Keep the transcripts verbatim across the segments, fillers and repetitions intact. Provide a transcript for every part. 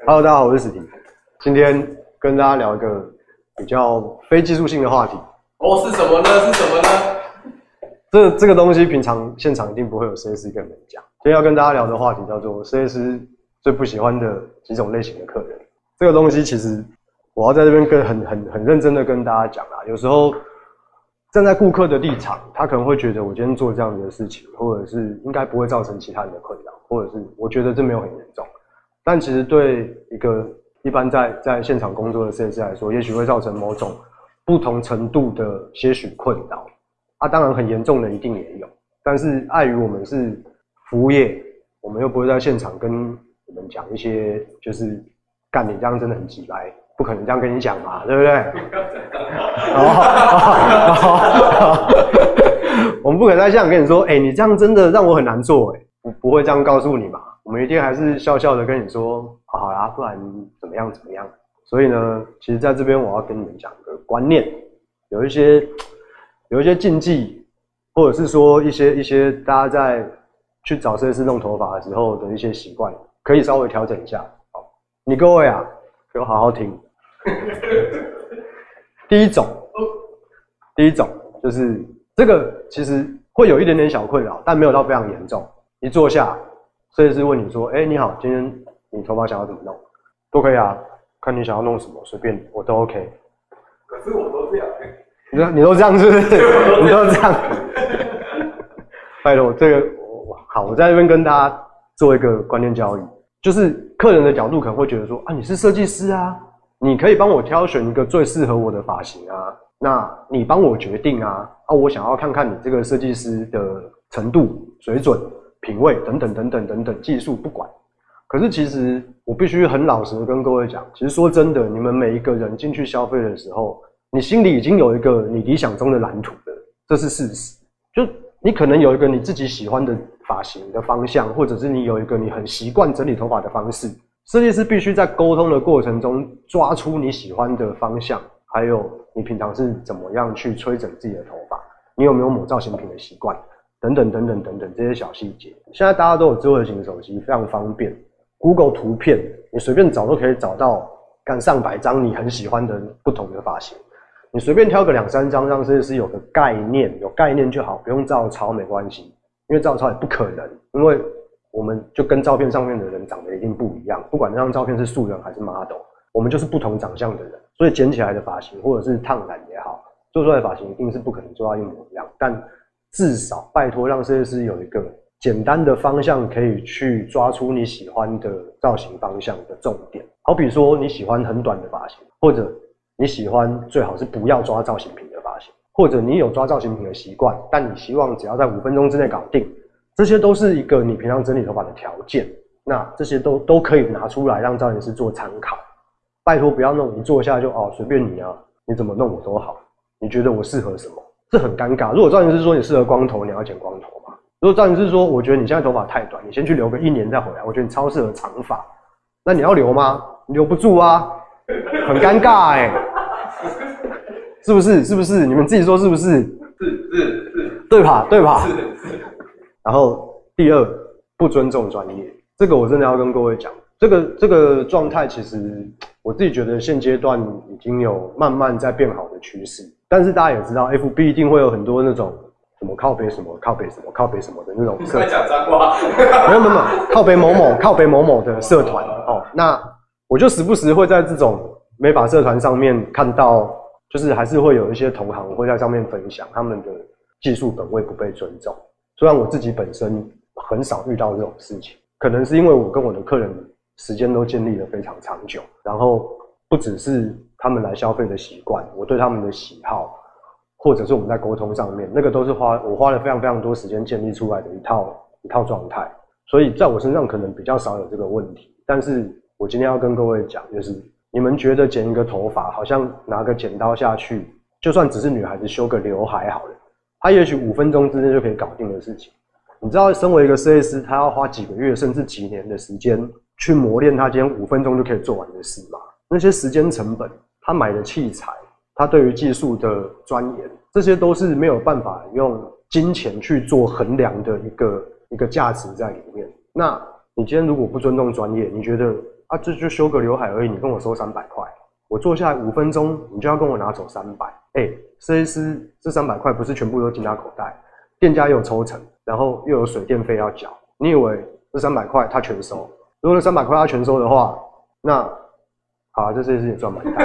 Hello，大家好，我是史迪。今天跟大家聊一个比较非技术性的话题。 哦，是什么呢？是什么呢？ 这这个东西平常现场一定不会有设计师跟你们讲。今天要跟大家聊的话题叫做设计师最不喜欢的几种类型的客人。这个东西其实我要在这边跟很很很认真的跟大家讲啦。有时候站在顾客的立场，他可能会觉得我今天做这样子的事情，或者是应该不会造成其他人的困扰，或者是我觉得这没有很严重。但其实对一个一般在在现场工作的设计师来说，也许会造成某种不同程度的些许困扰。啊，当然很严重的一定也有，但是碍于我们是服务业，我们又不会在现场跟你们讲一些就是干你这样真的很鸡掰，不可能这样跟你讲嘛，对不对？我们不可能在现场跟你说，哎、欸，你这样真的让我很难做、欸，哎，不不会这样告诉你嘛。我们一定还是笑笑的跟你说，好好啦，不然怎么样怎么样。所以呢，其实在这边我要跟你们讲一个观念，有一些有一些禁忌，或者是说一些一些大家在去找设计师弄头发的时候的一些习惯，可以稍微调整一下。好，你各位啊，给我好好听。第一种，第一种就是这个其实会有一点点小困扰，但没有到非常严重。一坐下，设计师问你说：“哎、欸，你好，今天你头发想要怎么弄？都可以啊，看你想要弄什么，随便我都 OK。” 可是我都这样。 你都你都这样是不是？你都这样。拜托，这个好，我在这边跟大家做一个观念教育，就是客人的角度可能会觉得说：“啊，你是设计师啊，你可以帮我挑选一个最适合我的发型啊，那你帮我决定啊，啊，我想要看看你这个设计师的程度、水准。”品味等等等等等等技术不管，可是其实我必须很老实的跟各位讲，其实说真的，你们每一个人进去消费的时候，你心里已经有一个你理想中的蓝图的，这是事实。就你可能有一个你自己喜欢的发型的方向，或者是你有一个你很习惯整理头发的方式。设计师必须在沟通的过程中抓出你喜欢的方向，还有你平常是怎么样去吹整自己的头发，你有没有抹造型品的习惯。等等等等等等这些小细节，现在大家都有智慧型手机，非常方便。Google 图片，你随便找都可以找到干上百张你很喜欢的不同的发型。你随便挑个两三张，让设计师有个概念，有概念就好，不用照抄没关系，因为照抄也不可能，因为我们就跟照片上面的人长得一定不一样，不管那张照片是素人还是 model， 我们就是不同长相的人，所以剪起来的发型或者是烫染也好，做出来的发型一定是不可能做到一模一样，但至少拜托让设计师有一个简单的方向，可以去抓出你喜欢的造型方向的重点。好比说你喜欢很短的发型，或者你喜欢最好是不要抓造型品的发型，或者你有抓造型品的习惯，但你希望只要在五分钟之内搞定，这些都是一个你平常整理头发的条件。那这些都都可以拿出来让造型师做参考。拜托不要弄一坐下就哦随便你啊，你怎么弄我都好，你觉得我适合什么？这很尴尬。如果造型师说你适合光头，你要剪光头嘛？如果造型师说我觉得你现在头发太短，你先去留个一年再回来，我觉得你超适合长发，那你要留吗？你留不住啊，很尴尬哎、欸，是不是？是不是？你们自己说是不是？ 是是是， 对吧？对吧？ 是是。 然后第二，不尊重专业，这个我真的要跟各位讲，这个这个状态其实我自己觉得现阶段已经有慢慢在变好的趋势。但是大家也知道 ，F B 一定会有很多那种什么靠北什么靠北什么靠北什么的那种社团。 你在讲脏话？ 没有没有没有，靠北某某靠北某某的社团哦。那我就时不时会在这种美发社团上面看到，就是还是会有一些同行会在上面分享他们的技术本位不被尊重。虽然我自己本身很少遇到这种事情，可能是因为我跟我的客人时间都建立得非常长久，然后不只是他们来消费的习惯，我对他们的喜好，或者是我们在沟通上面，那个都是花我花了非常非常多时间建立出来的一套一套状态，所以在我身上可能比较少有这个问题。但是我今天要跟各位讲，就是你们觉得剪一个头发，好像拿个剪刀下去，就算只是女孩子修个刘海好了，她也许五分钟之内就可以搞定的事情。你知道，身为一个设计师，他要花几个月甚至几年的时间去磨练他今天五分钟就可以做完的事吗？那些时间成本，他买的器材，他对于技术的钻研，这些都是没有办法用金钱去做衡量的一个一个价值在里面。那你今天如果不尊重专业，你觉得啊，这就修个刘海而已，你跟我收三百块，我坐下来五分钟，你就要跟我拿走三百，哎，设计师这三百块不是全部都进他口袋，店家也有抽成，然后又有水电费要缴，你以为这三百块他全收？如果那三百块他全收的话，那好、啊，这设计师也赚蛮大。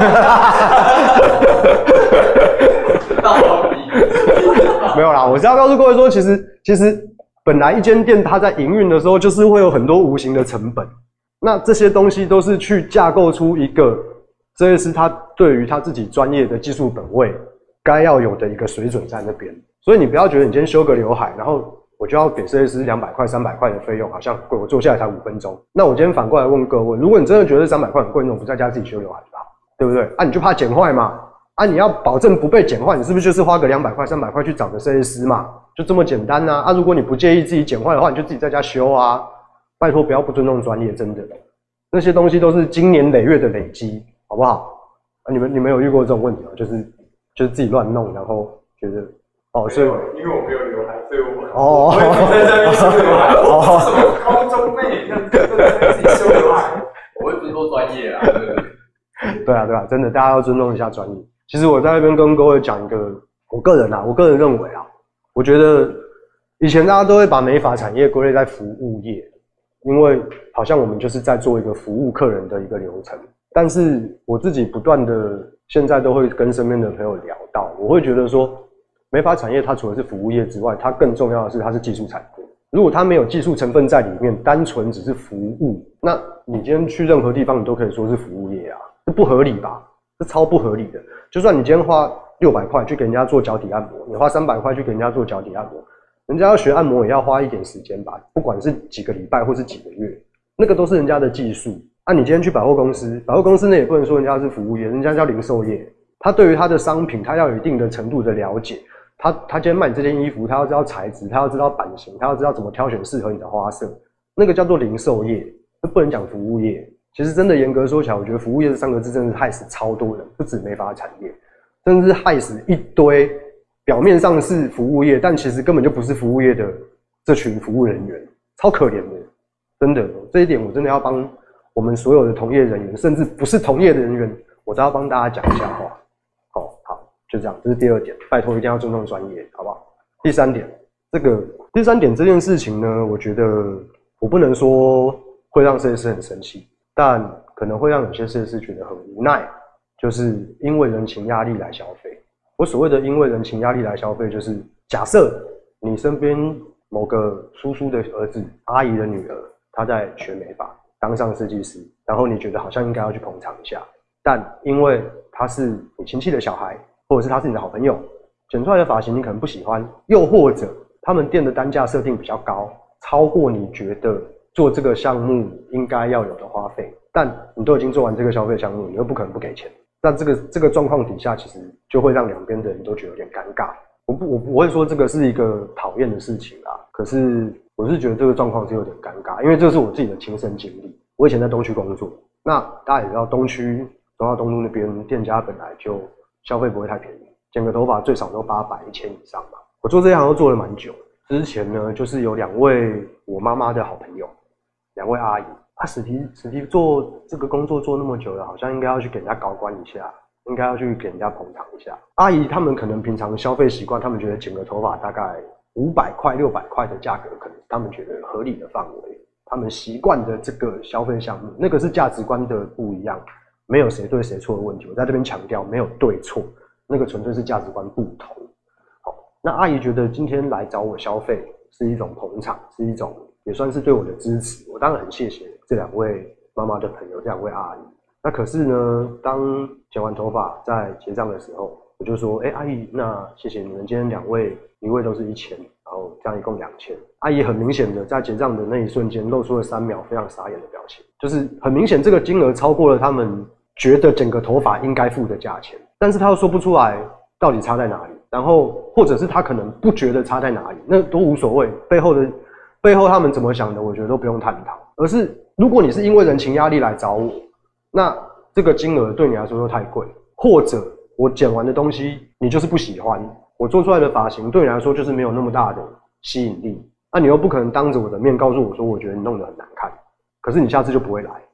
没有啦，我是要告诉各位说，其实其实本来一间店它在营运的时候，就是会有很多无形的成本，那这些东西都是去架构出一个设计师他对于他自己专业的技术本位该要有的一个水准在那边。所以你不要觉得你今天修个刘海，然后我就要给设计师两百块、三百块的费用，好像贵，我坐下来才五分钟。那我今天反过来问各位，如果你真的觉得三百块很贵，那种不在家自己修刘海就好，对不对？啊，你就怕剪坏嘛？啊，你要保证不被剪坏，你是不是就是花个两百块、三百块去找个设计师嘛？就这么简单啊！啊，如果你不介意自己剪坏的话，你就自己在家修啊！拜托，不要不尊重专业，真的，那些东西都是经年累月的累积，好不好？啊，你们你们有遇过这种问题吗？就是就是自己乱弄，然后觉得哦，所以因为我没有刘海，所以我哦， 我在上面修刘海，哦，什么高中妹，那自己修刘海，我会尊重专业啊，对不对？ 对啊，对啊，真的，大家要尊重一下专业。其实我在那边跟各位讲一个，我个人啊，我个人认为啊，我觉得以前大家都会把美发产业归类在服务业，因为好像我们就是在做一个服务客人的一个流程。但是我自己不断的现在都会跟身边的朋友聊到，我会觉得说，美发产业它除了是服务业之外，它更重要的是它是技术产业。如果它没有技术成分在里面，单纯只是服务，那你今天去任何地方，你都可以说是服务业啊，这不合理吧？这超不合理的。就算你今天花六百块去给人家做脚底按摩，你花三百块去给人家做脚底按摩，人家要学按摩也要花一点时间吧，不管是几个礼拜或是几个月，那个都是人家的技术。啊，你今天去百货公司，百货公司那也不能说人家是服务业，人家叫零售业，他对于他的商品，他要有一定的程度的了解。他他今天卖你这件衣服，他要知道材质，他要知道版型，他要知道怎么挑选适合你的花色，那个叫做零售业，不能讲服务业。其实真的严格说起来，我觉得服务业这三个字真的是害死超多人，不止美发产业，真的是害死一堆表面上是服务业，但其实根本就不是服务业的这群服务人员，超可怜的，真的。这一点我真的要帮我们所有的同业人员，甚至不是同业的人员，我都要帮大家讲一下话。好，好，就这样，这是第二点，拜托一定要尊重专业，好不好？第三点，这个第三点这件事情呢，我觉得我不能说会让设计师很生气，但可能会让有些设计师觉得很无奈，就是因为人情压力来消费。我所谓的因为人情压力来消费，就是假设你身边某个叔叔的儿子、阿姨的女儿，他在学美发，当上设计师，然后你觉得好像应该要去捧场一下，但因为他是你亲戚的小孩，或者是他是你的好朋友，剪出来的发型你可能不喜欢，又或者他们店的单价设定比较高，超过你觉得做这个项目应该要有的花费，但你都已经做完这个消费项目，你又不可能不给钱。那这个这个状况底下，其实就会让两边的人都觉得有点尴尬。我不我不会说这个是一个讨厌的事情啦，可是我是觉得这个状况是有点尴尬，因为这是我自己的亲身经历。我以前在东区工作，那大家也知道东区中华东路那边店家本来就消费不会太便宜，剪个头发最少都八百、一千以上嘛。我做这一行都做了蛮久，之前呢就是有两位我妈妈的好朋友，两位阿姨。啊，史提史提做这个工作做那么久了，好像应该要去给人家高官一下，应该要去给人家捧场一下。阿姨他们可能平常消费习惯，他们觉得剪个头发大概五百块、六百块的价格，可能他们觉得合理的范围。他们习惯的这个消费项目，那个是价值观的不一样，没有谁对谁错的问题。我在这边强调，没有对错，那个纯粹是价值观不同。好，那阿姨觉得今天来找我消费是一种捧场，是一种也算是对我的支持。我当然很谢谢这两位妈妈的朋友，这两位阿姨。那可是呢，当剪完头发在结账的时候，我就说：“哎、欸，阿姨，那谢谢你们今天两位，一位都是一千，然后这样一共两千。”阿姨很明显的在结账的那一瞬间露出了三秒非常傻眼的表情，就是很明显这个金额超过了他们觉得整个头发应该付的价钱，但是他又说不出来到底差在哪里，然后或者是他可能不觉得差在哪里，那都无所谓，背后的背后他们怎么想的，我觉得都不用探讨，而是如果你是因为人情压力来找我，那这个金额对你来说又太贵，或者我剪完的东西你就是不喜欢，我做出来的发型对你来说就是没有那么大的吸引力，那、啊、你又不可能当着我的面告诉我说我觉得你弄得很难看，可是你下次就不会来，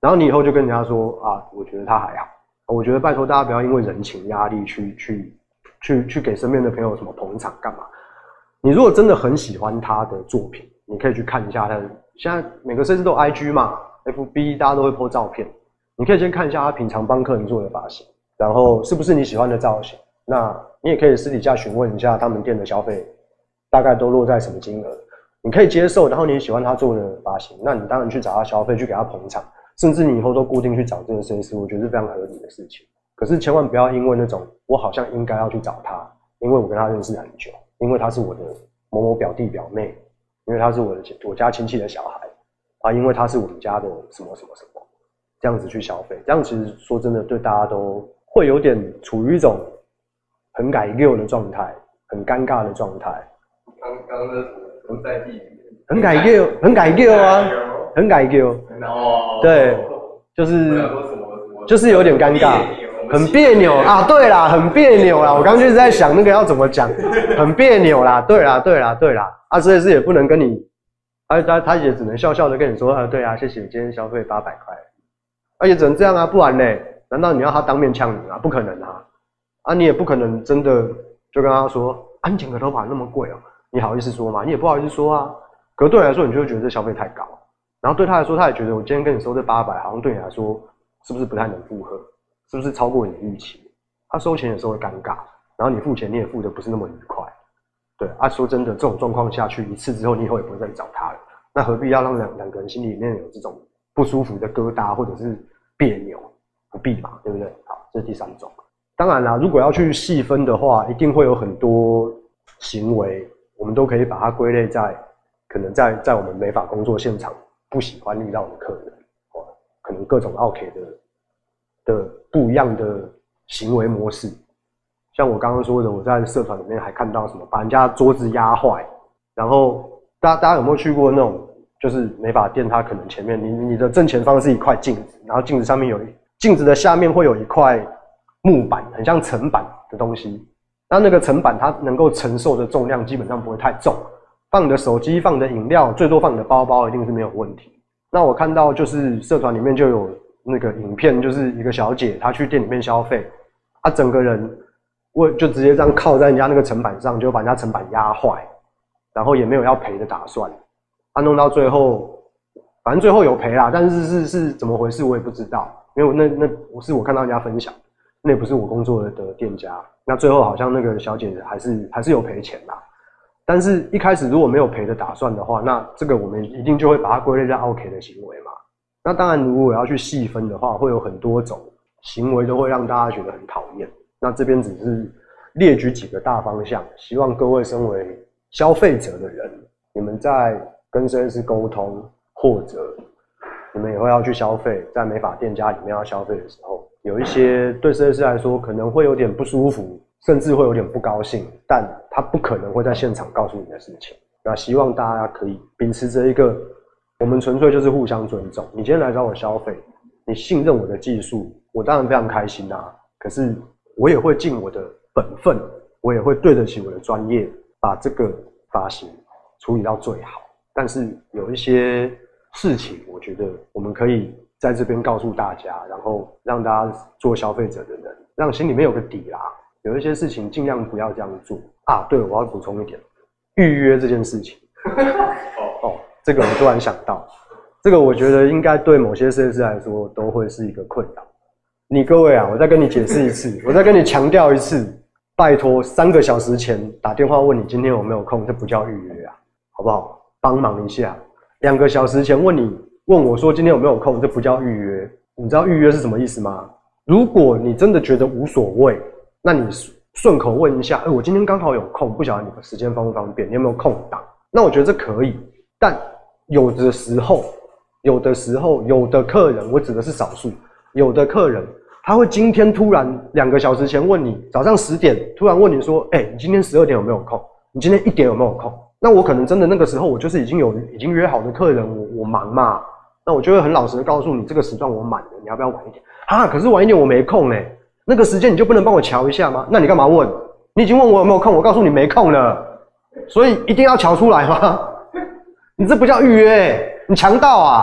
然后你以后就跟人家说啊，我觉得他还好。我觉得拜托大家不要因为人情压力去去去去给身边的朋友什么捧场干嘛。你如果真的很喜欢他的作品，你可以去看一下他的。现在每个设计师都有 I G 嘛 ，F B 大家都会 po 照片，你可以先看一下他平常帮客人做的发型，然后是不是你喜欢的造型。那你也可以私底下询问一下他们店的消费大概都落在什么金额，你可以接受，然后你喜欢他做的发型，那你当然去找他消费，去给他捧场，甚至你以后都固定去找这个设计师，我觉得是非常合理的事情。可是千万不要因为那种我好像应该要去找他，因为我跟他认识很久，因为他是我的某某表弟表妹，因为他是我的我家亲戚的小孩啊，因为他是我们家的什么什么什么，这样子去消费，这样其实说真的对大家都会有点处于一种很改六的状态，很尴尬的状态。 刚刚的不在地里， 很改六，很改六啊，很改六。 哦， 对，就是就是有点尴尬，很别扭啊。对啦，很别扭啦。我刚刚就是在想那个要怎么讲，很别扭啦。对啦，对啦，对啦。啊，所以是也不能跟你，啊，他他也只能笑笑的跟你说，啊，对啊，谢谢，今天消费八百块，啊，也只能这样啊，不然嘞，难道你要他当面呛你啊？不可能啊。啊，你也不可能真的就跟他说，啊，你剪个头发那么贵哦，你好意思说吗？你也不好意思说啊。可是对你来说，你就会觉得这消费太高，然后对他来说，他也觉得我今天跟你收这八百，好像对你来说是不是不太能负荷？是不是超过你的预期？他收钱的时候会尴尬，然后你付钱你也付的不是那么愉快。对啊，说真的，这种状况下去一次之后，你以后也不会再找他了。那何必要让两两个人心里面有这种不舒服的疙瘩或者是别扭？不必嘛，对不对？好，这是第三种。当然啦，如果要去细分的话，一定会有很多行为，我们都可以把它归类在可能在在我们美发工作现场不喜欢遇到的客人，哦，可能各种 OK 的的不一样的行为模式。像我刚刚说的，我在社团里面还看到什么把人家桌子压坏，然后大家大家有没有去过那种就是美发店，它可能前面你你的正前方是一块镜子，然后镜子上面有一镜子的下面会有一块木板，很像层板的东西。那那个层板它能够承受的重量基本上不会太重，放你的手机、放你的饮料，最多放你的包包，一定是没有问题。那我看到就是社团里面就有那个影片，就是一个小姐她去店里面消费，她整个人我就直接这样靠在人家那个层板上，就把人家层板压坏，然后也没有要赔的打算。她弄到最后，反正最后有赔啦，但是是是怎么回事我也不知道，因为那那我是我看到人家分享。那也不是我工作的店家，那最后好像那个小姐还是还是有赔钱啦。但是一开始如果没有赔的打算的话，那这个我们一定就会把它归类在 OK 的行为嘛。那当然，如果要去细分的话，会有很多种行为都会让大家觉得很讨厌。那这边只是列举几个大方向，希望各位身为消费者的人，你们在跟设计师沟通，或者你们也会要去消费，在美发店家里面要消费的时候。有一些对设计师来说可能会有点不舒服，甚至会有点不高兴，但他不可能会在现场告诉你的事情。那希望大家可以秉持着一个，我们纯粹就是互相尊重。你今天来找我消费，你信任我的技术，我当然非常开心啊。可是我也会尽我的本分，我也会对得起我的专业，把这个发型处理到最好。但是有一些事情，我觉得我们可以在这边告诉大家，然后让大家做消费者的人，让心里面有个底啦。有一些事情尽量不要这样做啊。对，我要补充一点，预约这件事情。哦，这个我突然想到，这个我觉得应该对某些设计师来说都会是一个困扰。你各位啊，我再跟你解释一次，我再跟你强调一次，拜托，三个小时前打电话问你今天有没有空，这不叫预约啊，好不好？帮忙一下。两个小时前问你。问我说今天有没有空，这不叫预约。你知道预约是什么意思吗？如果你真的觉得无所谓，那你顺口问一下，欸，我今天刚好有空，不晓得你的时间方不方便，你有没有空档？那我觉得这可以。但有的时候，有的时候，有的客人，我指的是少数，有的客人他会今天突然两个小时前问你，早上十点突然问你说，哎，欸，你今天十二点有没有空？你今天一点有没有空？那我可能真的那个时候我就是已经有已经约好的客人，我我忙嘛。那我就会很老实的告诉你，这个时段我满了，你要不要晚一点啊？可是晚一点我没空呢，那个时间你就不能帮我瞧一下吗？那你干嘛问？你已经问我有没有空，我告诉你没空了，所以一定要瞧出来吗？你这不叫预约，你强盗啊！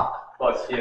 抱歉。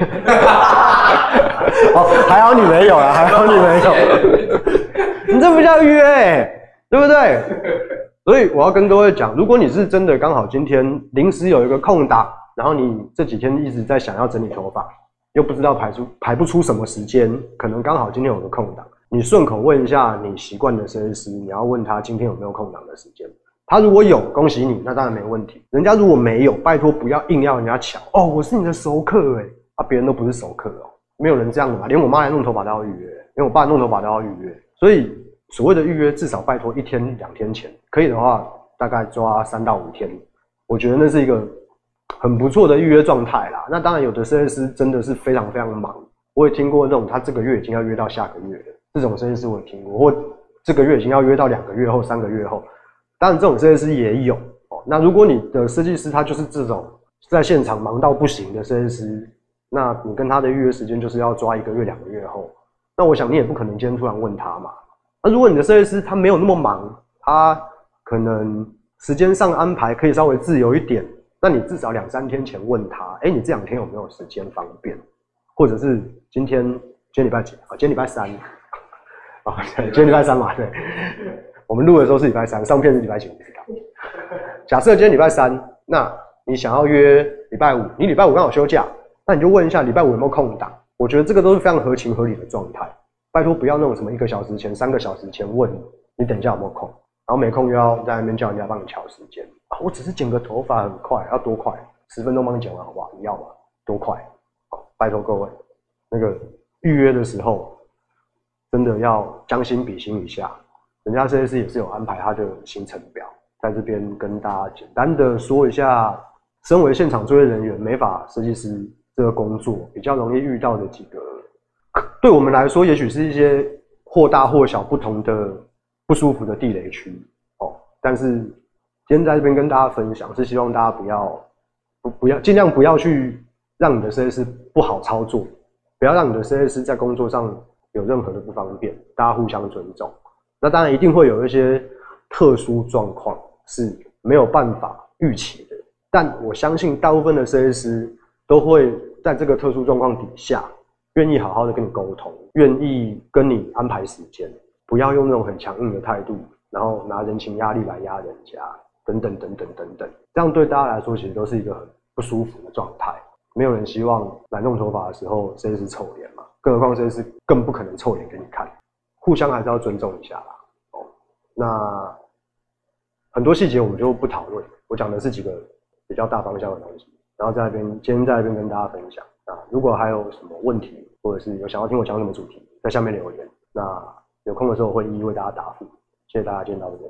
哦，还好你没有啊，还好你没有。你这不叫约、欸，对不对？所以我要跟各位讲，如果你是真的刚好今天临时有一个空档，然后你这几天一直在想要整理头发，又不知道排出排不出什么时间，可能刚好今天有个空档，你顺口问一下你习惯的设计师，你要问他今天有没有空档的时间。他如果有，恭喜你，那当然没问题。人家如果没有，拜托不要硬要人家抢哦，我是你的熟客哎、欸，啊，别人都不是熟客哦，没有人这样的嘛，连我妈来弄头发都要预约，连我爸弄头发都要预约，所以所谓的预约至少拜托一天两天前，可以的话大概抓三到五天，我觉得那是一个很不错的预约状态啦。那当然有的设计师真的是非常非常忙，我也听过那种他这个月已经要约到下个月了，这种设计师我也听过，或这个月已经要约到两个月后三个月后。当然，这种设计师也有哦。那如果你的设计师他就是这种在现场忙到不行的设计师，那你跟他的预约时间就是要抓一个月、两个月后。那我想你也不可能今天突然问他嘛。那如果你的设计师他没有那么忙，他可能时间上安排可以稍微自由一点，那你至少两三天前问他，哎、欸，你这两天有没有时间方便？或者是今天今天礼拜几啊？今天礼拜三啊，对，今天礼拜三嘛，对。我们录的时候是礼拜三，上片是礼拜几，我不知道。假设今天礼拜三，那你想要约礼拜五，你礼拜五刚好休假，那你就问一下礼拜五有没有空档。我觉得这个都是非常合情合理的状态。拜托不要那种什么一个小时前、三个小时前问你等一下有没有空，然后没空又要在那边叫人家帮你调时间啊。我只是剪个头发很快，要多快？十分钟帮你剪完好不好？你要吗？多快？好，拜托各位，那个预约的时候真的要将心比心一下。人家设计师也是有安排他的行程表，在这边跟大家简单的说一下，身为现场作业人员、美发设计师这个工作比较容易遇到的几个，对我们来说也许是一些或大或小不同的不舒服的地雷区哦。但是今天在这边跟大家分享，是希望大家不要不不要尽量不要去让你的设计师不好操作，不要让你的设计师在工作上有任何的不方便，大家互相尊重。那当然一定会有一些特殊状况是没有办法预期的，但我相信大部分的设计师都会在这个特殊状况底下，愿意好好的跟你沟通，愿意跟你安排时间，不要用那种很强硬的态度，然后拿人情压力来压人家，等等等等等等，这样对大家来说其实都是一个很不舒服的状态。没有人希望来弄头发的时候设计师臭脸嘛，更何况设计师更不可能臭脸给你看。互相还是要尊重一下啦。哦，那很多细节我们就不讨论，我讲的是几个比较大方向的东西，然后在那边今天在那边跟大家分享。那如果还有什么问题，或者是有想要听我讲什么主题，在下面留言。那有空的时候我会一一为大家答复。谢谢大家今天到这边。